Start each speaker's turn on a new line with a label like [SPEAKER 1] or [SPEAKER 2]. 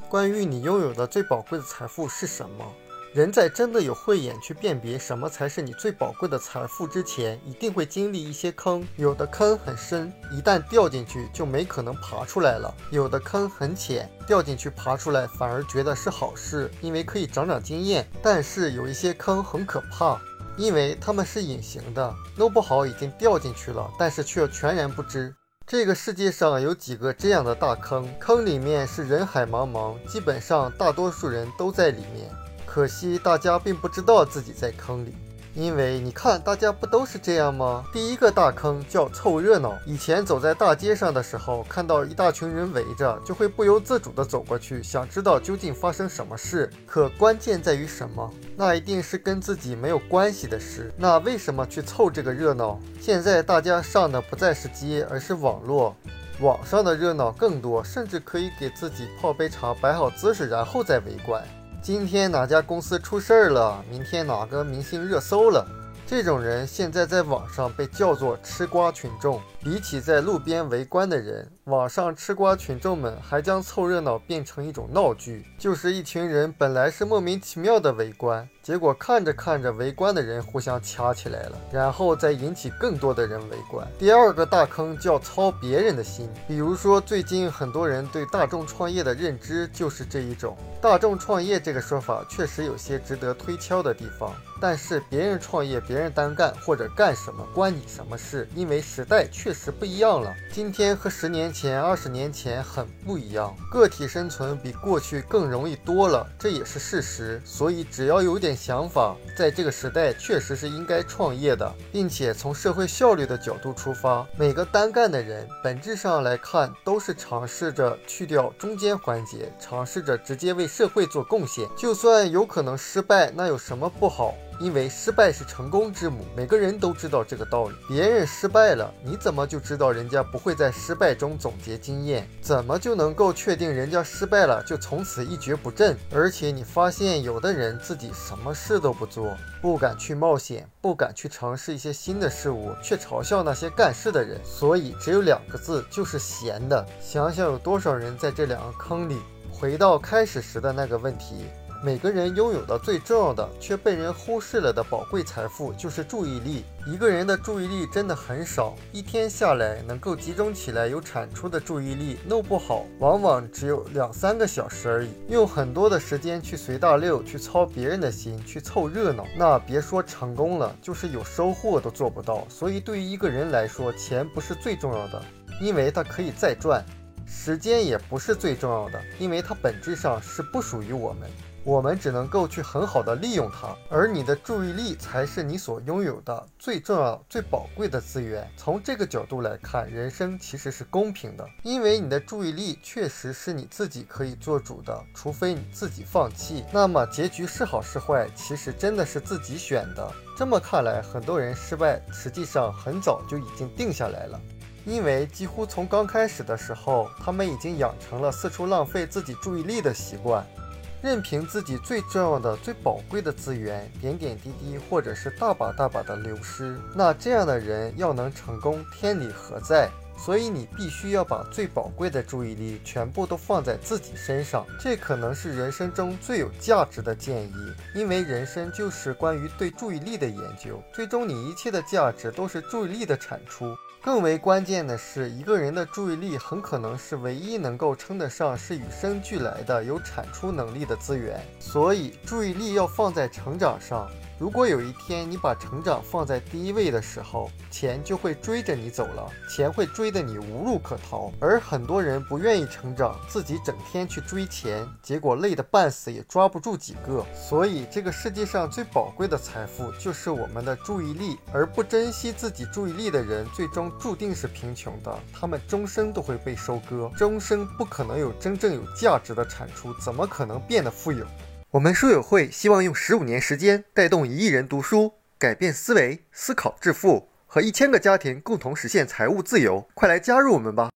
[SPEAKER 1] 关于你拥有的最宝贵的财富是什么？人在真的有慧眼去辨别什么才是你最宝贵的财富之前，一定会经历一些坑。有的坑很深，一旦掉进去就没可能爬出来了；有的坑很浅，掉进去爬出来反而觉得是好事，因为可以长长经验。但是有一些坑很可怕，因为它们是隐形的，弄不好已经掉进去了，但是却全然不知。这个世界上有几个这样的大坑，坑里面是人海茫茫，基本上大多数人都在里面。可惜大家并不知道自己在坑里，因为你看大家不都是这样吗？第一个大坑叫凑热闹。以前走在大街上的时候，看到一大群人围着，就会不由自主地走过去，想知道究竟发生什么事。可关键在于什么？那一定是跟自己没有关系的事。那为什么去凑这个热闹？现在大家上的不再是街，而是网络。网上的热闹更多，甚至可以给自己泡杯茶，摆好姿势，然后再围观。今天哪家公司出事儿了，明天哪个明星热搜了，这种人现在在网上被叫做吃瓜群众。比起在路边围观的人，网上吃瓜群众们还将凑热闹变成一种闹剧，就是一群人本来是莫名其妙的围观，结果看着看着围观的人互相掐起来了，然后再引起更多的人围观。第二个大坑叫操别人的心，比如说最近很多人对大众创业的认知就是这一种。大众创业这个说法确实有些值得推敲的地方，但是别人创业别人单干或者干什么关你什么事？因为时代确实不一样了，今天和10年前、20年前很不一样，个体生存比过去更容易多了，这也是事实。所以只要有点想法，在这个时代确实是应该创业的，并且从社会效率的角度出发，每个单干的人本质上来看都是尝试着去掉中间环节，尝试着直接为社会做贡献。就算有可能失败，那有什么不好？因为失败是成功之母，每个人都知道这个道理。别人失败了，你怎么就知道人家不会在失败中总结经验？怎么就能够确定人家失败了就从此一蹶不振？而且你发现有的人自己什么事都不做，不敢去冒险，不敢去尝试一些新的事物，却嘲笑那些干事的人。所以只有2个字，就是闲的。想想有多少人在这2个坑里。回到开始时的那个问题，每个人拥有的最重要的却被人忽视了的宝贵财富就是注意力。一个人的注意力真的很少，一天下来能够集中起来有产出的注意力，弄不好往往只有2-3个小时而已。用很多的时间去随大溜，去操别人的心，去凑热闹，那别说成功了，就是有收获都做不到。所以对于一个人来说，钱不是最重要的，因为它可以再赚。时间也不是最重要的，因为它本质上是不属于我们，我们只能够去很好的利用它。而你的注意力才是你所拥有的最重要、最宝贵的资源。从这个角度来看，人生其实是公平的，因为你的注意力确实是你自己可以做主的，除非你自己放弃，那么结局是好是坏，其实真的是自己选的。这么看来，很多人失败实际上很早就已经定下来了。因为几乎从刚开始的时候，他们已经养成了四处浪费自己注意力的习惯，任凭自己最重要的、最宝贵的资源点点滴滴或者是大把大把的流失。那这样的人要能成功，天理何在？所以你必须要把最宝贵的注意力全部都放在自己身上，这可能是人生中最有价值的建议。因为人生就是关于对注意力的研究，最终你一切的价值都是注意力的产出。更为关键的是，一个人的注意力很可能是唯一能够称得上是与生俱来的有产出能力的资源，所以注意力要放在成长上。如果有一天你把成长放在第一位的时候，钱就会追着你走了，钱会追得你无路可逃。而很多人不愿意成长，自己整天去追钱，结果累得半死也抓不住几个。所以这个世界上最宝贵的财富就是我们的注意力，而不珍惜自己注意力的人，最终注定是贫穷的，他们终生都会被收割，终生不可能有真正有价值的产出，怎么可能变得富有？我们书友会希望用15年时间带动1亿人读书，改变思维，思考致富，和1000个家庭共同实现财务自由。快来加入我们吧！